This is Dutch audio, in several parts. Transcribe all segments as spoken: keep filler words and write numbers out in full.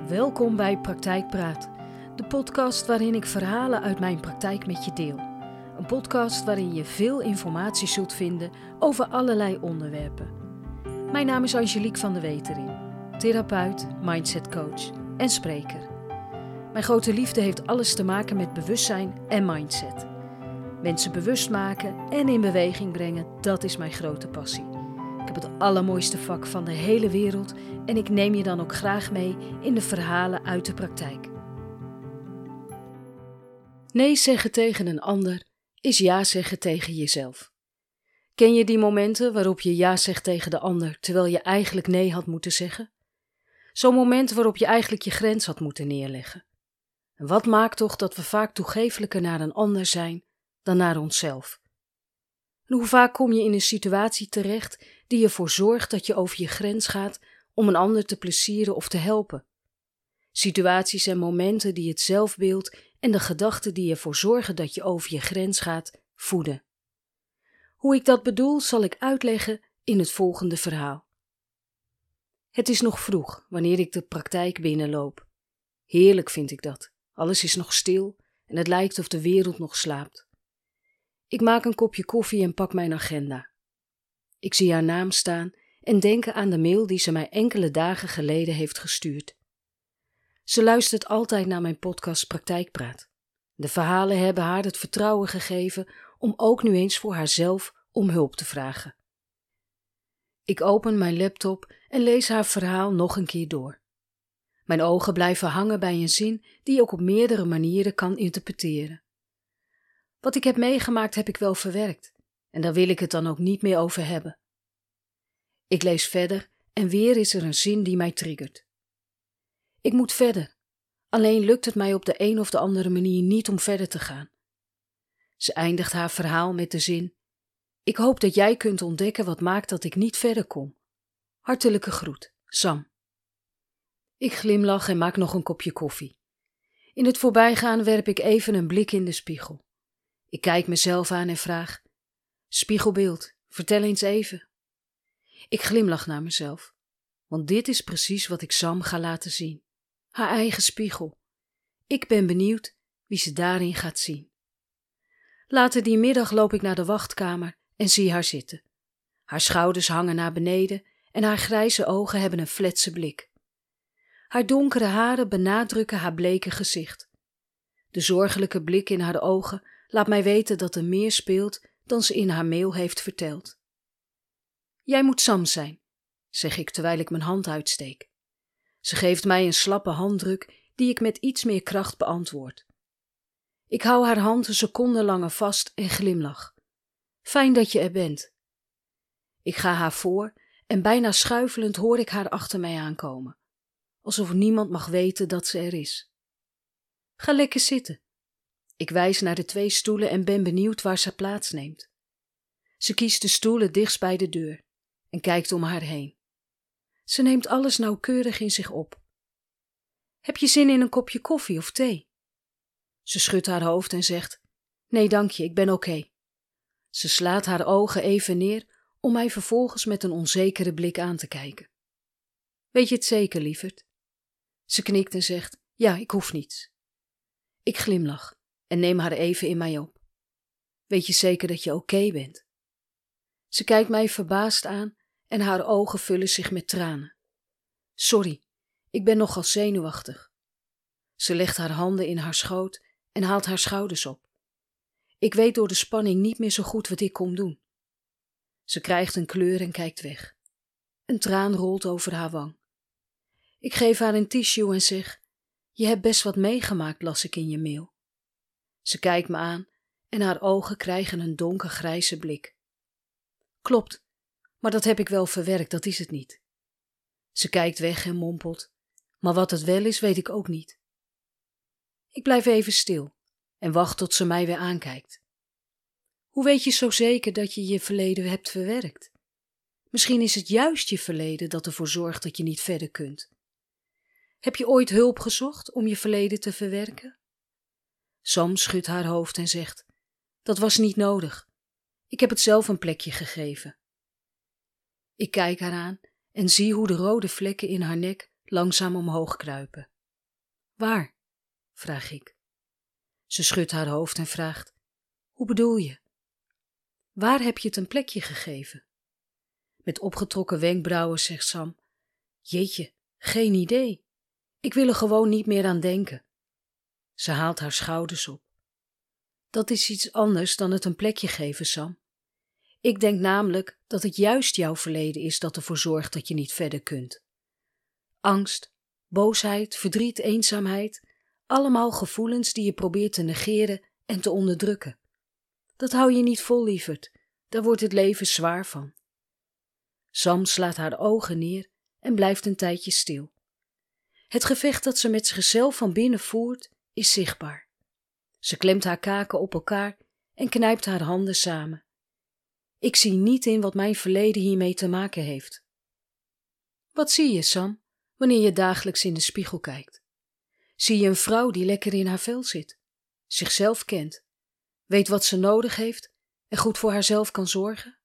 Welkom bij Praktijkpraat, de podcast waarin ik verhalen uit mijn praktijk met je deel. Een podcast waarin je veel informatie zult vinden over allerlei onderwerpen. Mijn naam is Angelique van de Wetering, therapeut, mindsetcoach en spreker. Mijn grote liefde heeft alles te maken met bewustzijn en mindset. Mensen bewust maken en in beweging brengen, dat is mijn grote passie. Ik heb het allermooiste vak van de hele wereld en ik neem je dan ook graag mee in de verhalen uit de praktijk. Nee zeggen tegen een ander is ja zeggen tegen jezelf. Ken je die momenten waarop je ja zegt tegen de ander terwijl je eigenlijk nee had moeten zeggen? Zo'n moment waarop je eigenlijk je grens had moeten neerleggen. En wat maakt toch dat we vaak toegeeflijker naar een ander zijn dan naar onszelf? En hoe vaak kom je in een situatie terecht die ervoor zorgt dat je over je grens gaat om een ander te plezieren of te helpen? Situaties en momenten die het zelfbeeld en de gedachten die ervoor zorgen dat je over je grens gaat, voeden. Hoe ik dat bedoel zal ik uitleggen in het volgende verhaal. Het is nog vroeg wanneer ik de praktijk binnenloop. Heerlijk vind ik dat. Alles is nog stil en het lijkt of de wereld nog slaapt. Ik maak een kopje koffie en pak mijn agenda. Ik zie haar naam staan en denk aan de mail die ze mij enkele dagen geleden heeft gestuurd. Ze luistert altijd naar mijn podcast Praktijkpraat. De verhalen hebben haar het vertrouwen gegeven om ook nu eens voor haarzelf om hulp te vragen. Ik open mijn laptop en lees haar verhaal nog een keer door. Mijn ogen blijven hangen bij een zin die je ook op meerdere manieren kan interpreteren. Wat ik heb meegemaakt heb ik wel verwerkt en daar wil ik het dan ook niet meer over hebben. Ik lees verder en weer is er een zin die mij triggert. Ik moet verder, alleen lukt het mij op de een of de andere manier niet om verder te gaan. Ze eindigt haar verhaal met de zin: ik hoop dat jij kunt ontdekken wat maakt dat ik niet verder kom. Hartelijke groet, Sam. Ik glimlach en maak nog een kopje koffie. In het voorbijgaan werp ik even een blik in de spiegel. Ik kijk mezelf aan en vraag: spiegelbeeld, vertel eens even. Ik glimlach naar mezelf, want dit is precies wat ik Sam ga laten zien. Haar eigen spiegel. Ik ben benieuwd wie ze daarin gaat zien. Later die middag loop ik naar de wachtkamer en zie haar zitten. Haar schouders hangen naar beneden en haar grijze ogen hebben een fletse blik. Haar donkere haren benadrukken haar bleke gezicht. De zorgelijke blik in haar ogen laat mij weten dat er meer speelt dan ze in haar mail heeft verteld. Jij moet Sam zijn, zeg ik terwijl ik mijn hand uitsteek. Ze geeft mij een slappe handdruk die ik met iets meer kracht beantwoord. Ik hou haar hand een seconde langer vast en glimlach. Fijn dat je er bent. Ik ga haar voor en bijna schuifelend hoor ik haar achter mij aankomen, alsof niemand mag weten dat ze er is. Ga lekker zitten. Ik wijs naar de twee stoelen en ben benieuwd waar ze plaatsneemt. Ze kiest de stoelen dichtst bij de deur en kijkt om haar heen. Ze neemt alles nauwkeurig in zich op. Heb je zin in een kopje koffie of thee? Ze schudt haar hoofd en zegt: nee, dank je, ik ben oké. Ze slaat haar ogen even neer om mij vervolgens met een onzekere blik aan te kijken. Weet je het zeker, lieverd? Ze knikt en zegt: ja, ik hoef niets. Ik glimlach en neem haar even in mij op. Weet je zeker dat je oké bent? Ze kijkt mij verbaasd aan en haar ogen vullen zich met tranen. Sorry, ik ben nogal zenuwachtig. Ze legt haar handen in haar schoot en haalt haar schouders op. Ik weet door de spanning niet meer zo goed wat ik kom doen. Ze krijgt een kleur en kijkt weg. Een traan rolt over haar wang. Ik geef haar een tissue en zeg: je hebt best wat meegemaakt, las ik in je mail. Ze kijkt me aan en haar ogen krijgen een donkergrijze blik. Klopt, maar dat heb ik wel verwerkt, dat is het niet. Ze kijkt weg en mompelt: maar wat het wel is, weet ik ook niet. Ik blijf even stil en wacht tot ze mij weer aankijkt. Hoe weet je zo zeker dat je je verleden hebt verwerkt? Misschien is het juist je verleden dat ervoor zorgt dat je niet verder kunt. Heb je ooit hulp gezocht om je verleden te verwerken? Sam schudt haar hoofd en zegt: dat was niet nodig. Ik heb het zelf een plekje gegeven. Ik kijk haar aan en zie hoe de rode vlekken in haar nek langzaam omhoog kruipen. Waar? Vraag ik. Ze schudt haar hoofd en vraagt: Hoe bedoel je? Waar heb je het een plekje gegeven? Met opgetrokken wenkbrauwen zegt Sam: Jeetje, geen idee. Ik wil er gewoon niet meer aan denken. Ze haalt haar schouders op. Dat is iets anders dan het een plekje geven, Sam. Ik denk namelijk dat het juist jouw verleden is dat ervoor zorgt dat je niet verder kunt. Angst, boosheid, verdriet, eenzaamheid, allemaal gevoelens die je probeert te negeren en te onderdrukken. Dat hou je niet vol, lieverd. Daar wordt het leven zwaar van. Sam slaat haar ogen neer en blijft een tijdje stil. Het gevecht dat ze met zichzelf van binnen voert, is zichtbaar. Ze klemt haar kaken op elkaar en knijpt haar handen samen. Ik zie niet in wat mijn verleden hiermee te maken heeft. Wat zie je, Sam, wanneer je dagelijks in de spiegel kijkt? Zie je een vrouw die lekker in haar vel zit, zichzelf kent, weet wat ze nodig heeft en goed voor haarzelf kan zorgen?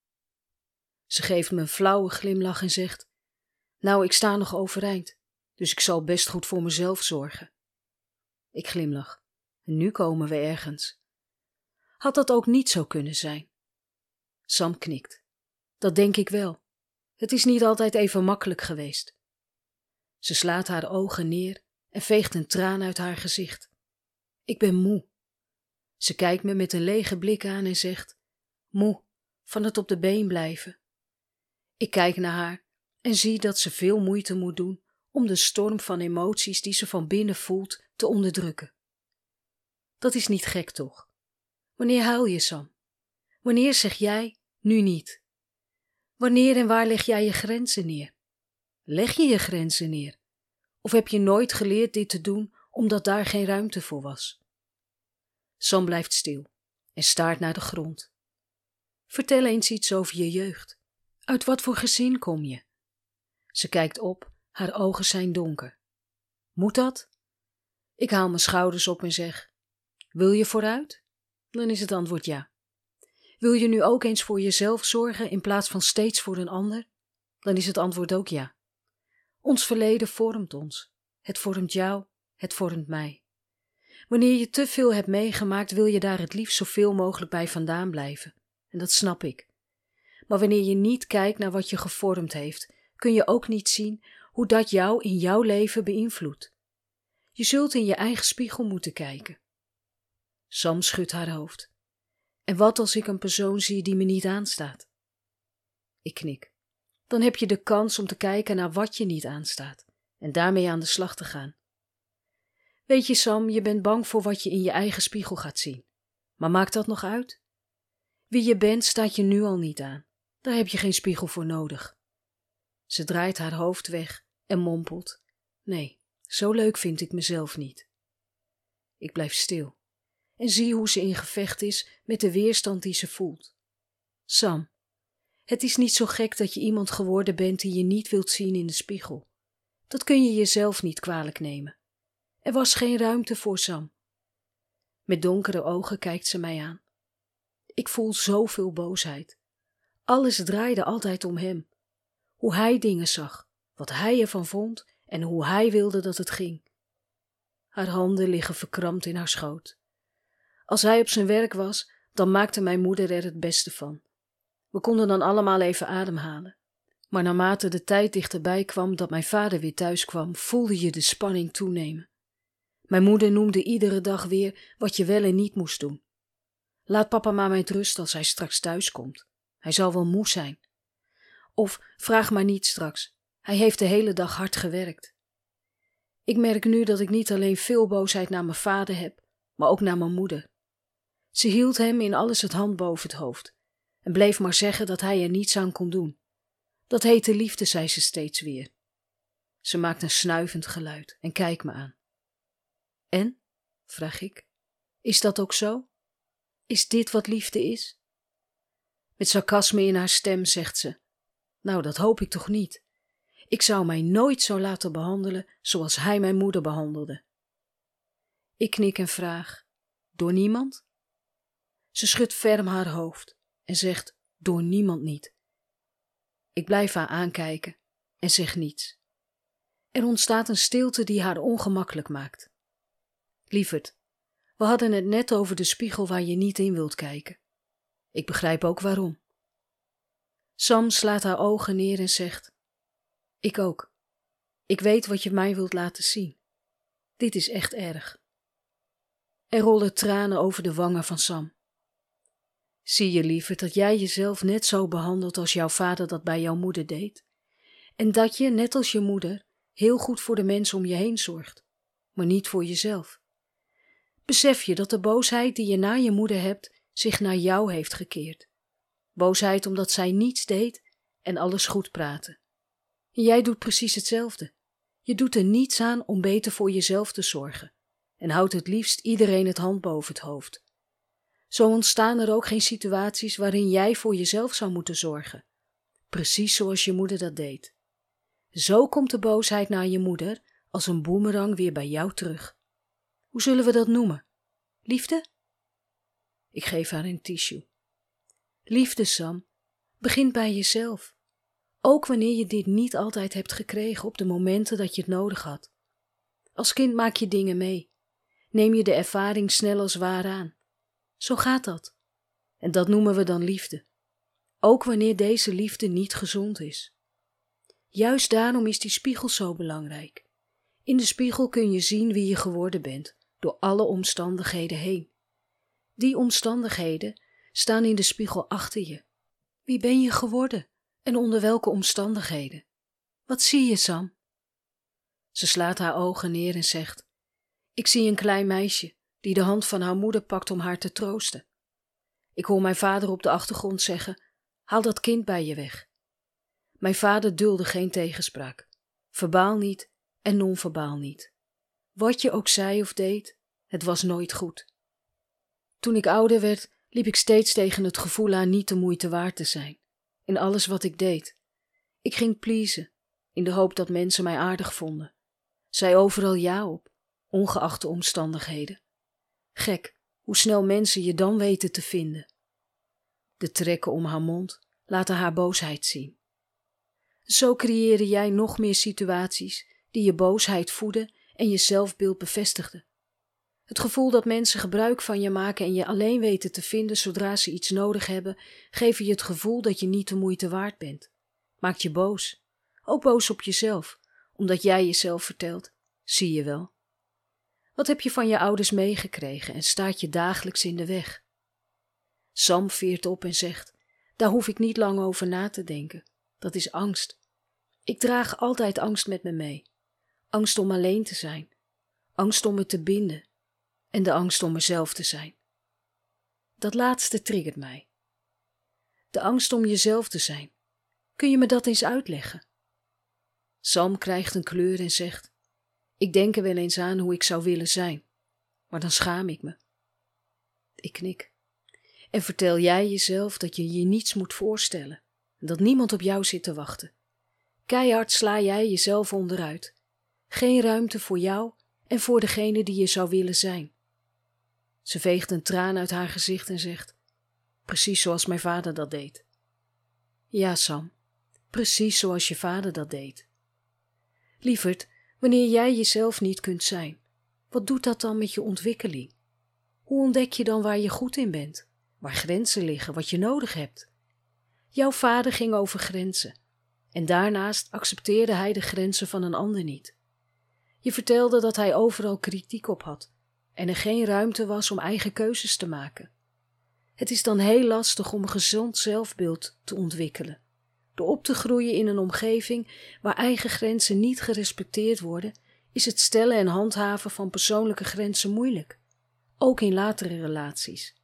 Ze geeft me een flauwe glimlach en zegt: Nou, ik sta nog overeind, dus ik zal best goed voor mezelf zorgen. Ik glimlach. En nu komen we ergens. Had dat ook niet zo kunnen zijn? Sam knikt. Dat denk ik wel. Het is niet altijd even makkelijk geweest. Ze slaat haar ogen neer en veegt een traan uit haar gezicht. Ik ben moe. Ze kijkt me met een lege blik aan en zegt: Moe, van het op de been blijven. Ik kijk naar haar en zie dat ze veel moeite moet doen om de storm van emoties die ze van binnen voelt te onderdrukken. Dat is niet gek, toch? Wanneer huil je, Sam? Wanneer zeg jij, nu niet? Wanneer en waar leg jij je grenzen neer? Leg je je grenzen neer? Of heb je nooit geleerd dit te doen omdat daar geen ruimte voor was? Sam blijft stil en staart naar de grond. Vertel eens iets over je jeugd. Uit wat voor gezin kom je? Ze kijkt op, haar ogen zijn donker. Moet dat? Ik haal mijn schouders op en zeg: Wil je vooruit? Dan is het antwoord ja. Wil je nu ook eens voor jezelf zorgen in plaats van steeds voor een ander? Dan is het antwoord ook ja. Ons verleden vormt ons. Het vormt jou, het vormt mij. Wanneer je te veel hebt meegemaakt, wil je daar het liefst zoveel mogelijk bij vandaan blijven. En dat snap ik. Maar wanneer je niet kijkt naar wat je gevormd heeft, kun je ook niet zien hoe dat jou in jouw leven beïnvloedt. Je zult in je eigen spiegel moeten kijken. Sam schudt haar hoofd. En wat als ik een persoon zie die me niet aanstaat? Ik knik. Dan heb je de kans om te kijken naar wat je niet aanstaat en daarmee aan de slag te gaan. Weet je, Sam, je bent bang voor wat je in je eigen spiegel gaat zien. Maar maakt dat nog uit? Wie je bent staat je nu al niet aan. Daar heb je geen spiegel voor nodig. Ze draait haar hoofd weg en mompelt: Nee, zo leuk vind ik mezelf niet. Ik blijf stil en zie hoe ze in gevecht is met de weerstand die ze voelt. Sam, het is niet zo gek dat je iemand geworden bent die je niet wilt zien in de spiegel. Dat kun je jezelf niet kwalijk nemen. Er was geen ruimte voor Sam. Met donkere ogen kijkt ze mij aan. Ik voel zoveel boosheid. Alles draaide altijd om hem. Hoe hij dingen zag, wat hij ervan vond en hoe hij wilde dat het ging. Haar handen liggen verkrampt in haar schoot. Als hij op zijn werk was, dan maakte mijn moeder er het beste van. We konden dan allemaal even ademhalen. Maar naarmate de tijd dichterbij kwam dat mijn vader weer thuis kwam, voelde je de spanning toenemen. Mijn moeder noemde iedere dag weer wat je wel en niet moest doen. Laat papa maar met rust als hij straks thuis komt. Hij zal wel moe zijn. Of vraag maar niet straks. Hij heeft de hele dag hard gewerkt. Ik merk nu dat ik niet alleen veel boosheid naar mijn vader heb, maar ook naar mijn moeder. Ze hield hem in alles het hand boven het hoofd en bleef maar zeggen dat hij er niets aan kon doen. Dat heette liefde, zei ze steeds weer. Ze maakt een snuivend geluid en kijkt me aan. En? Vraag ik. Is dat ook zo? Is dit wat liefde is? Met sarcasme in haar stem zegt ze: Nou, dat hoop ik toch niet. Ik zou mij nooit zo laten behandelen zoals hij mijn moeder behandelde. Ik knik en vraag: Door niemand? Ze schudt ferm haar hoofd en zegt: Door niemand niet. Ik blijf haar aankijken en zeg niets. Er ontstaat een stilte die haar ongemakkelijk maakt. Lieverd, we hadden het net over de spiegel waar je niet in wilt kijken. Ik begrijp ook waarom. Sam slaat haar ogen neer en zegt: Ik ook. Ik weet wat je mij wilt laten zien. Dit is echt erg. Er rollen tranen over de wangen van Sam. Zie je, lieverd, dat jij jezelf net zo behandelt als jouw vader dat bij jouw moeder deed? En dat je, net als je moeder, heel goed voor de mensen om je heen zorgt, maar niet voor jezelf. Besef je dat de boosheid die je naar je moeder hebt, zich naar jou heeft gekeerd. Boosheid omdat zij niets deed en alles goed praatte. En jij doet precies hetzelfde. Je doet er niets aan om beter voor jezelf te zorgen en houdt het liefst iedereen het hand boven het hoofd. Zo ontstaan er ook geen situaties waarin jij voor jezelf zou moeten zorgen. Precies zoals je moeder dat deed. Zo komt de boosheid naar je moeder als een boemerang weer bij jou terug. Hoe zullen we dat noemen? Liefde? Ik geef haar een tissue. Liefde, Sam, begint bij jezelf. Ook wanneer je dit niet altijd hebt gekregen op de momenten dat je het nodig had. Als kind maak je dingen mee. Neem je de ervaring snel als waar aan. Zo gaat dat. En dat noemen we dan liefde. Ook wanneer deze liefde niet gezond is. Juist daarom is die spiegel zo belangrijk. In de spiegel kun je zien wie je geworden bent, door alle omstandigheden heen. Die omstandigheden staan in de spiegel achter je. Wie ben je geworden en onder welke omstandigheden? Wat zie je, Sam? Ze slaat haar ogen neer en zegt: Ik zie een klein meisje die de hand van haar moeder pakt om haar te troosten. Ik hoor mijn vader op de achtergrond zeggen: Haal dat kind bij je weg. Mijn vader duldde geen tegenspraak, verbaal niet en non-verbaal niet. Wat je ook zei of deed, het was nooit goed. Toen ik ouder werd, liep ik steeds tegen het gevoel aan niet de moeite waard te zijn, in alles wat ik deed. Ik ging pleasen, in de hoop dat mensen mij aardig vonden. Zei overal ja op, ongeacht de omstandigheden. Gek, hoe snel mensen je dan weten te vinden. De trekken om haar mond laten haar boosheid zien. Zo creëerde jij nog meer situaties die je boosheid voeden en je zelfbeeld bevestigden. Het gevoel dat mensen gebruik van je maken en je alleen weten te vinden zodra ze iets nodig hebben, geven je het gevoel dat je niet de moeite waard bent. Maakt je boos. Ook boos op jezelf, omdat jij jezelf vertelt: zie je wel. Wat heb je van je ouders meegekregen en staat je dagelijks in de weg? Sam veert op en zegt: daar hoef ik niet lang over na te denken. Dat is angst. Ik draag altijd angst met me mee. Angst om alleen te zijn. Angst om me te binden. En de angst om mezelf te zijn. Dat laatste triggert mij. De angst om jezelf te zijn. Kun je me dat eens uitleggen? Sam krijgt een kleur en zegt: ik denk er wel eens aan hoe ik zou willen zijn, maar dan schaam ik me. Ik knik. En vertel jij jezelf dat je je niets moet voorstellen en dat niemand op jou zit te wachten. Keihard sla jij jezelf onderuit. Geen ruimte voor jou en voor degene die je zou willen zijn. Ze veegt een traan uit haar gezicht en zegt: precies zoals mijn vader dat deed. Ja, Sam, precies zoals je vader dat deed. Lieverd, wanneer jij jezelf niet kunt zijn, wat doet dat dan met je ontwikkeling? Hoe ontdek je dan waar je goed in bent, waar grenzen liggen, wat je nodig hebt? Jouw vader ging over grenzen en daarnaast accepteerde hij de grenzen van een ander niet. Je vertelde dat hij overal kritiek op had en er geen ruimte was om eigen keuzes te maken. Het is dan heel lastig om een gezond zelfbeeld te ontwikkelen. Door op te groeien in een omgeving waar eigen grenzen niet gerespecteerd worden, is het stellen en handhaven van persoonlijke grenzen moeilijk. Ook in latere relaties.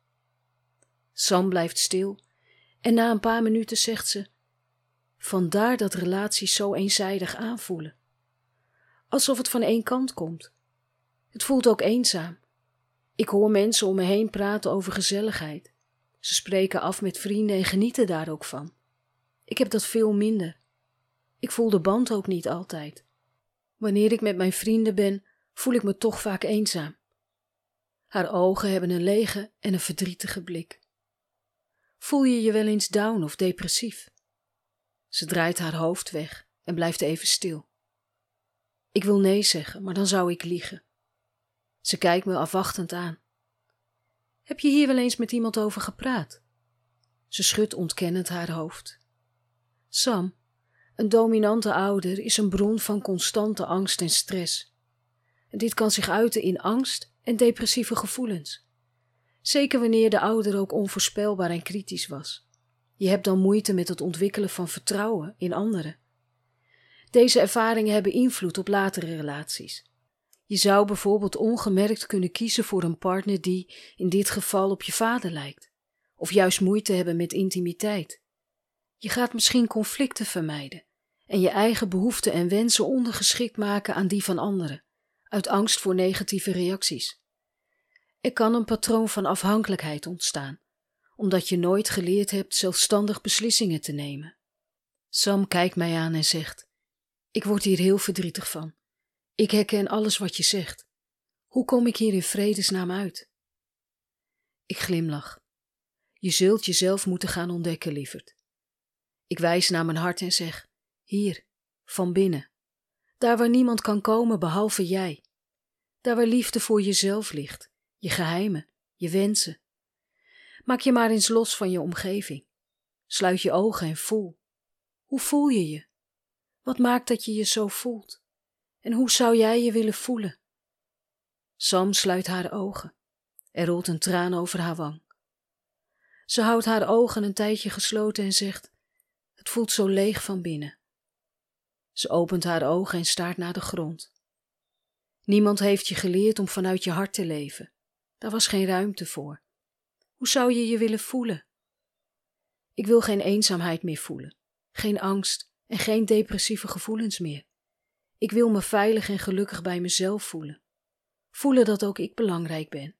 Sam blijft stil en na een paar minuten zegt ze: vandaar dat relaties zo eenzijdig aanvoelen. Alsof het van één kant komt. Het voelt ook eenzaam. Ik hoor mensen om me heen praten over gezelligheid. Ze spreken af met vrienden en genieten daar ook van. Ik heb dat veel minder. Ik voel de band ook niet altijd. Wanneer ik met mijn vrienden ben, voel ik me toch vaak eenzaam. Haar ogen hebben een lege en een verdrietige blik. Voel je je wel eens down of depressief? Ze draait haar hoofd weg en blijft even stil. Ik wil nee zeggen, maar dan zou ik liegen. Ze kijkt me afwachtend aan. Heb je hier wel eens met iemand over gepraat? Ze schudt ontkennend haar hoofd. Sam, een dominante ouder is een bron van constante angst en stress. En dit kan zich uiten in angst en depressieve gevoelens. Zeker wanneer de ouder ook onvoorspelbaar en kritisch was. Je hebt dan moeite met het ontwikkelen van vertrouwen in anderen. Deze ervaringen hebben invloed op latere relaties. Je zou bijvoorbeeld ongemerkt kunnen kiezen voor een partner die in dit geval op je vader lijkt. Of juist moeite hebben met intimiteit. Je gaat misschien conflicten vermijden en je eigen behoeften en wensen ondergeschikt maken aan die van anderen, uit angst voor negatieve reacties. Er kan een patroon van afhankelijkheid ontstaan, omdat je nooit geleerd hebt zelfstandig beslissingen te nemen. Sam kijkt mij aan en zegt, ik word hier heel verdrietig van. Ik herken alles wat je zegt. Hoe kom ik hier in vredesnaam uit? Ik glimlach. Je zult jezelf moeten gaan ontdekken, lieverd. Ik wijs naar mijn hart en zeg, hier, van binnen. Daar waar niemand kan komen behalve jij. Daar waar liefde voor jezelf ligt, je geheimen, je wensen. Maak je maar eens los van je omgeving. Sluit je ogen en voel. Hoe voel je je? Wat maakt dat je je zo voelt? En hoe zou jij je willen voelen? Sam sluit haar ogen. Er rolt een traan over haar wang. Ze houdt haar ogen een tijdje gesloten en zegt, het voelt zo leeg van binnen. Ze opent haar ogen en staart naar de grond. Niemand heeft je geleerd om vanuit je hart te leven. Daar was geen ruimte voor. Hoe zou je je willen voelen? Ik wil geen eenzaamheid meer voelen, geen angst en geen depressieve gevoelens meer. Ik wil me veilig en gelukkig bij mezelf voelen. Voelen dat ook ik belangrijk ben.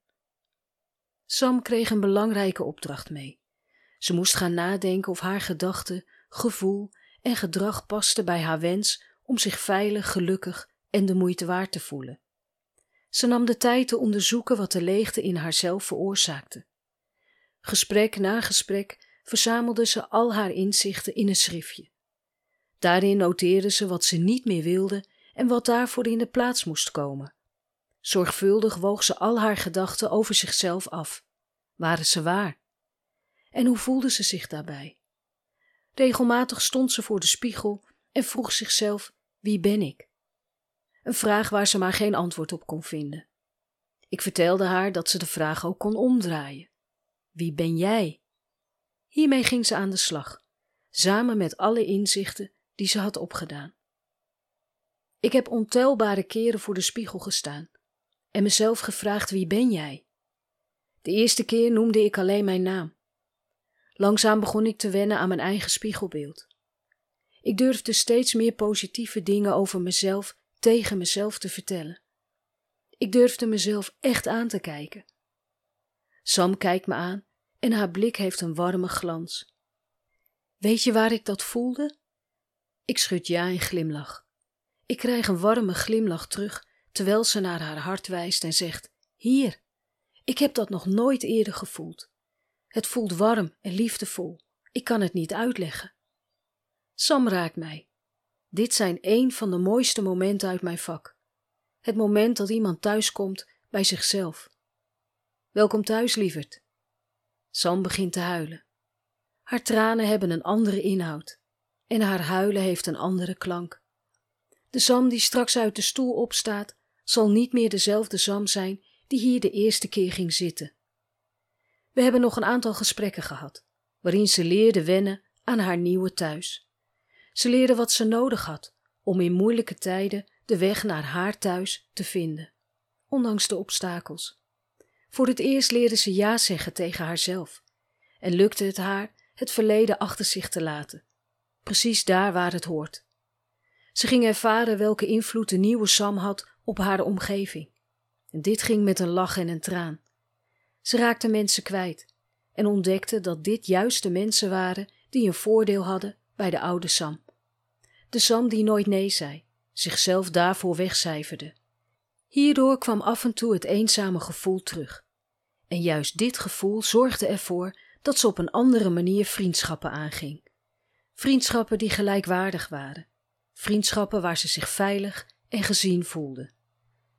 Sam kreeg een belangrijke opdracht mee. Ze moest gaan nadenken of haar gedachten, gevoel en gedrag pasten bij haar wens om zich veilig, gelukkig en de moeite waard te voelen. Ze nam de tijd te onderzoeken wat de leegte in haarzelf veroorzaakte. Gesprek na gesprek verzamelde ze al haar inzichten in een schriftje. Daarin noteerde ze wat ze niet meer wilde en wat daarvoor in de plaats moest komen. Zorgvuldig woog ze al haar gedachten over zichzelf af. Waren ze waar? En hoe voelde ze zich daarbij? Regelmatig stond ze voor de spiegel en vroeg zichzelf, wie ben ik? Een vraag waar ze maar geen antwoord op kon vinden. Ik vertelde haar dat ze de vraag ook kon omdraaien. Wie ben jij? Hiermee ging ze aan de slag, samen met alle inzichten die ze had opgedaan. Ik heb ontelbare keren voor de spiegel gestaan en mezelf gevraagd, wie ben jij? De eerste keer noemde ik alleen mijn naam. Langzaam begon ik te wennen aan mijn eigen spiegelbeeld. Ik durfde steeds meer positieve dingen over mezelf tegen mezelf te vertellen. Ik durfde mezelf echt aan te kijken. Sam kijkt me aan en haar blik heeft een warme glans. Weet je waar ik dat voelde? Ik schud ja en glimlach. Ik krijg een warme glimlach terug terwijl ze naar haar hart wijst en zegt, hier, ik heb dat nog nooit eerder gevoeld. Het voelt warm en liefdevol. Ik kan het niet uitleggen. Sam raakt mij. Dit zijn een van de mooiste momenten uit mijn vak. Het moment dat iemand thuiskomt bij zichzelf. Welkom thuis, lieverd. Sam begint te huilen. Haar tranen hebben een andere inhoud en haar huilen heeft een andere klank. De Sam die straks uit de stoel opstaat, zal niet meer dezelfde Sam zijn die hier de eerste keer ging zitten. We hebben nog een aantal gesprekken gehad, waarin ze leerde wennen aan haar nieuwe thuis. Ze leerde wat ze nodig had om in moeilijke tijden de weg naar haar thuis te vinden, ondanks de obstakels. Voor het eerst leerde ze ja zeggen tegen haarzelf en lukte het haar het verleden achter zich te laten, precies daar waar het hoort. Ze ging ervaren welke invloed de nieuwe Sam had op haar omgeving. En dit ging met een lach en een traan. Ze raakte mensen kwijt en ontdekte dat dit juist de mensen waren die een voordeel hadden bij de oude Sam. De Sam die nooit nee zei, zichzelf daarvoor wegcijferde. Hierdoor kwam af en toe het eenzame gevoel terug. En juist dit gevoel zorgde ervoor dat ze op een andere manier vriendschappen aanging. Vriendschappen die gelijkwaardig waren. Vriendschappen waar ze zich veilig en gezien voelde.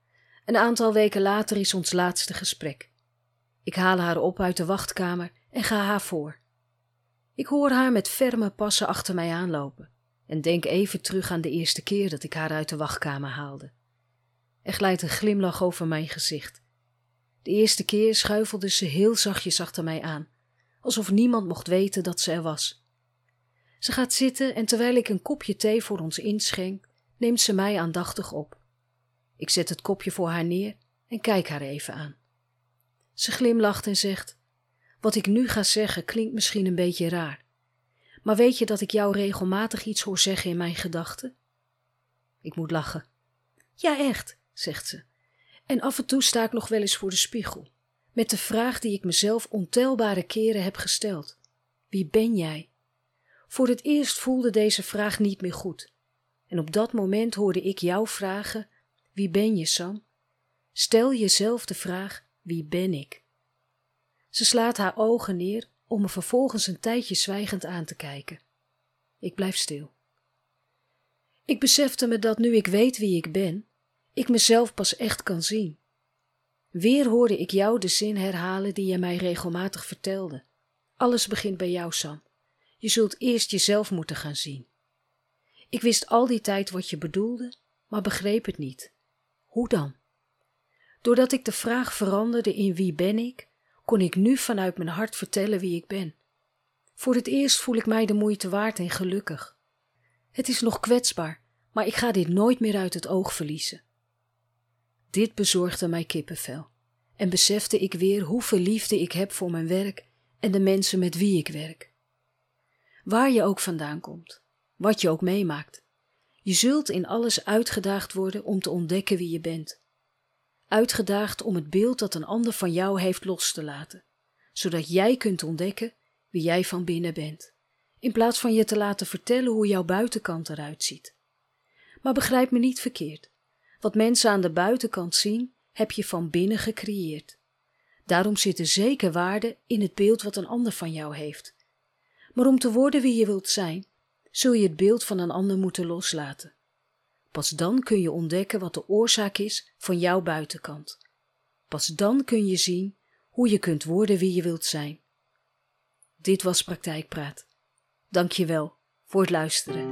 Een aantal weken later is ons laatste gesprek. Ik haal haar op uit de wachtkamer en ga haar voor. Ik hoor haar met ferme passen achter mij aanlopen en denk even terug aan de eerste keer dat ik haar uit de wachtkamer haalde. Er glijdt een glimlach over mijn gezicht. De eerste keer schuifelde ze heel zachtjes achter mij aan, alsof niemand mocht weten dat ze er was. Ze gaat zitten en terwijl ik een kopje thee voor ons inschenk, neemt ze mij aandachtig op. Ik zet het kopje voor haar neer en kijk haar even aan. Ze glimlacht en zegt: wat ik nu ga zeggen klinkt misschien een beetje raar, maar weet je dat ik jou regelmatig iets hoor zeggen in mijn gedachten? Ik moet lachen. Ja, echt, zegt ze. En af en toe sta ik nog wel eens voor de spiegel, met de vraag die ik mezelf ontelbare keren heb gesteld. Wie ben jij? Voor het eerst voelde deze vraag niet meer goed. En op dat moment hoorde ik jou vragen: wie ben je, Sam? Stel jezelf de vraag: wie ben ik? Ze slaat haar ogen neer om me vervolgens een tijdje zwijgend aan te kijken. Ik blijf stil. Ik besefte me dat nu ik weet wie ik ben, ik mezelf pas echt kan zien. Weer hoorde ik jou de zin herhalen die je mij regelmatig vertelde. Alles begint bij jou, Sam. Je zult eerst jezelf moeten gaan zien. Ik wist al die tijd wat je bedoelde, maar begreep het niet. Hoe dan? Doordat ik de vraag veranderde in wie ben ik, kon ik nu vanuit mijn hart vertellen wie ik ben. Voor het eerst voel ik mij de moeite waard en gelukkig. Het is nog kwetsbaar, maar ik ga dit nooit meer uit het oog verliezen. Dit bezorgde mij kippenvel en besefte ik weer hoeveel liefde ik heb voor mijn werk en de mensen met wie ik werk. Waar je ook vandaan komt, wat je ook meemaakt, je zult in alles uitgedaagd worden om te ontdekken wie je bent. Uitgedaagd om het beeld dat een ander van jou heeft los te laten, zodat jij kunt ontdekken wie jij van binnen bent, in plaats van je te laten vertellen hoe jouw buitenkant eruit ziet. Maar begrijp me niet verkeerd, wat mensen aan de buitenkant zien, heb je van binnen gecreëerd. Daarom zit er zeker waarde in het beeld wat een ander van jou heeft. Maar om te worden wie je wilt zijn, zul je het beeld van een ander moeten loslaten. Pas dan kun je ontdekken wat de oorzaak is van jouw buitenkant. Pas dan kun je zien hoe je kunt worden wie je wilt zijn. Dit was Praktijkpraat. Dank je wel voor het luisteren.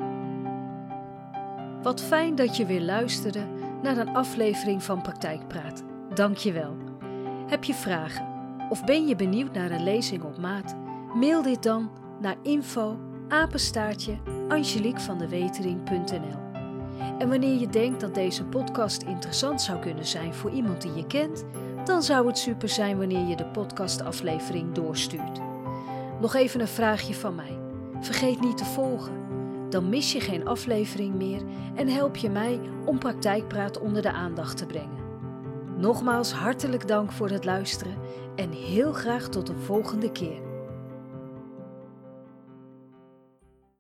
Wat fijn dat je weer luisterde naar een aflevering van Praktijkpraat. Dank je wel. Heb je vragen of ben je benieuwd naar een lezing op maat? Mail dit dan naar info apenstaartje angeliquevandewetering punt n l. En wanneer je denkt dat deze podcast interessant zou kunnen zijn voor iemand die je kent, dan zou het super zijn wanneer je de podcastaflevering doorstuurt. Nog even een vraagje van mij. Vergeet niet te volgen. Dan mis je geen aflevering meer en help je mij om Praktijkpraat onder de aandacht te brengen. Nogmaals hartelijk dank voor het luisteren en heel graag tot een volgende keer.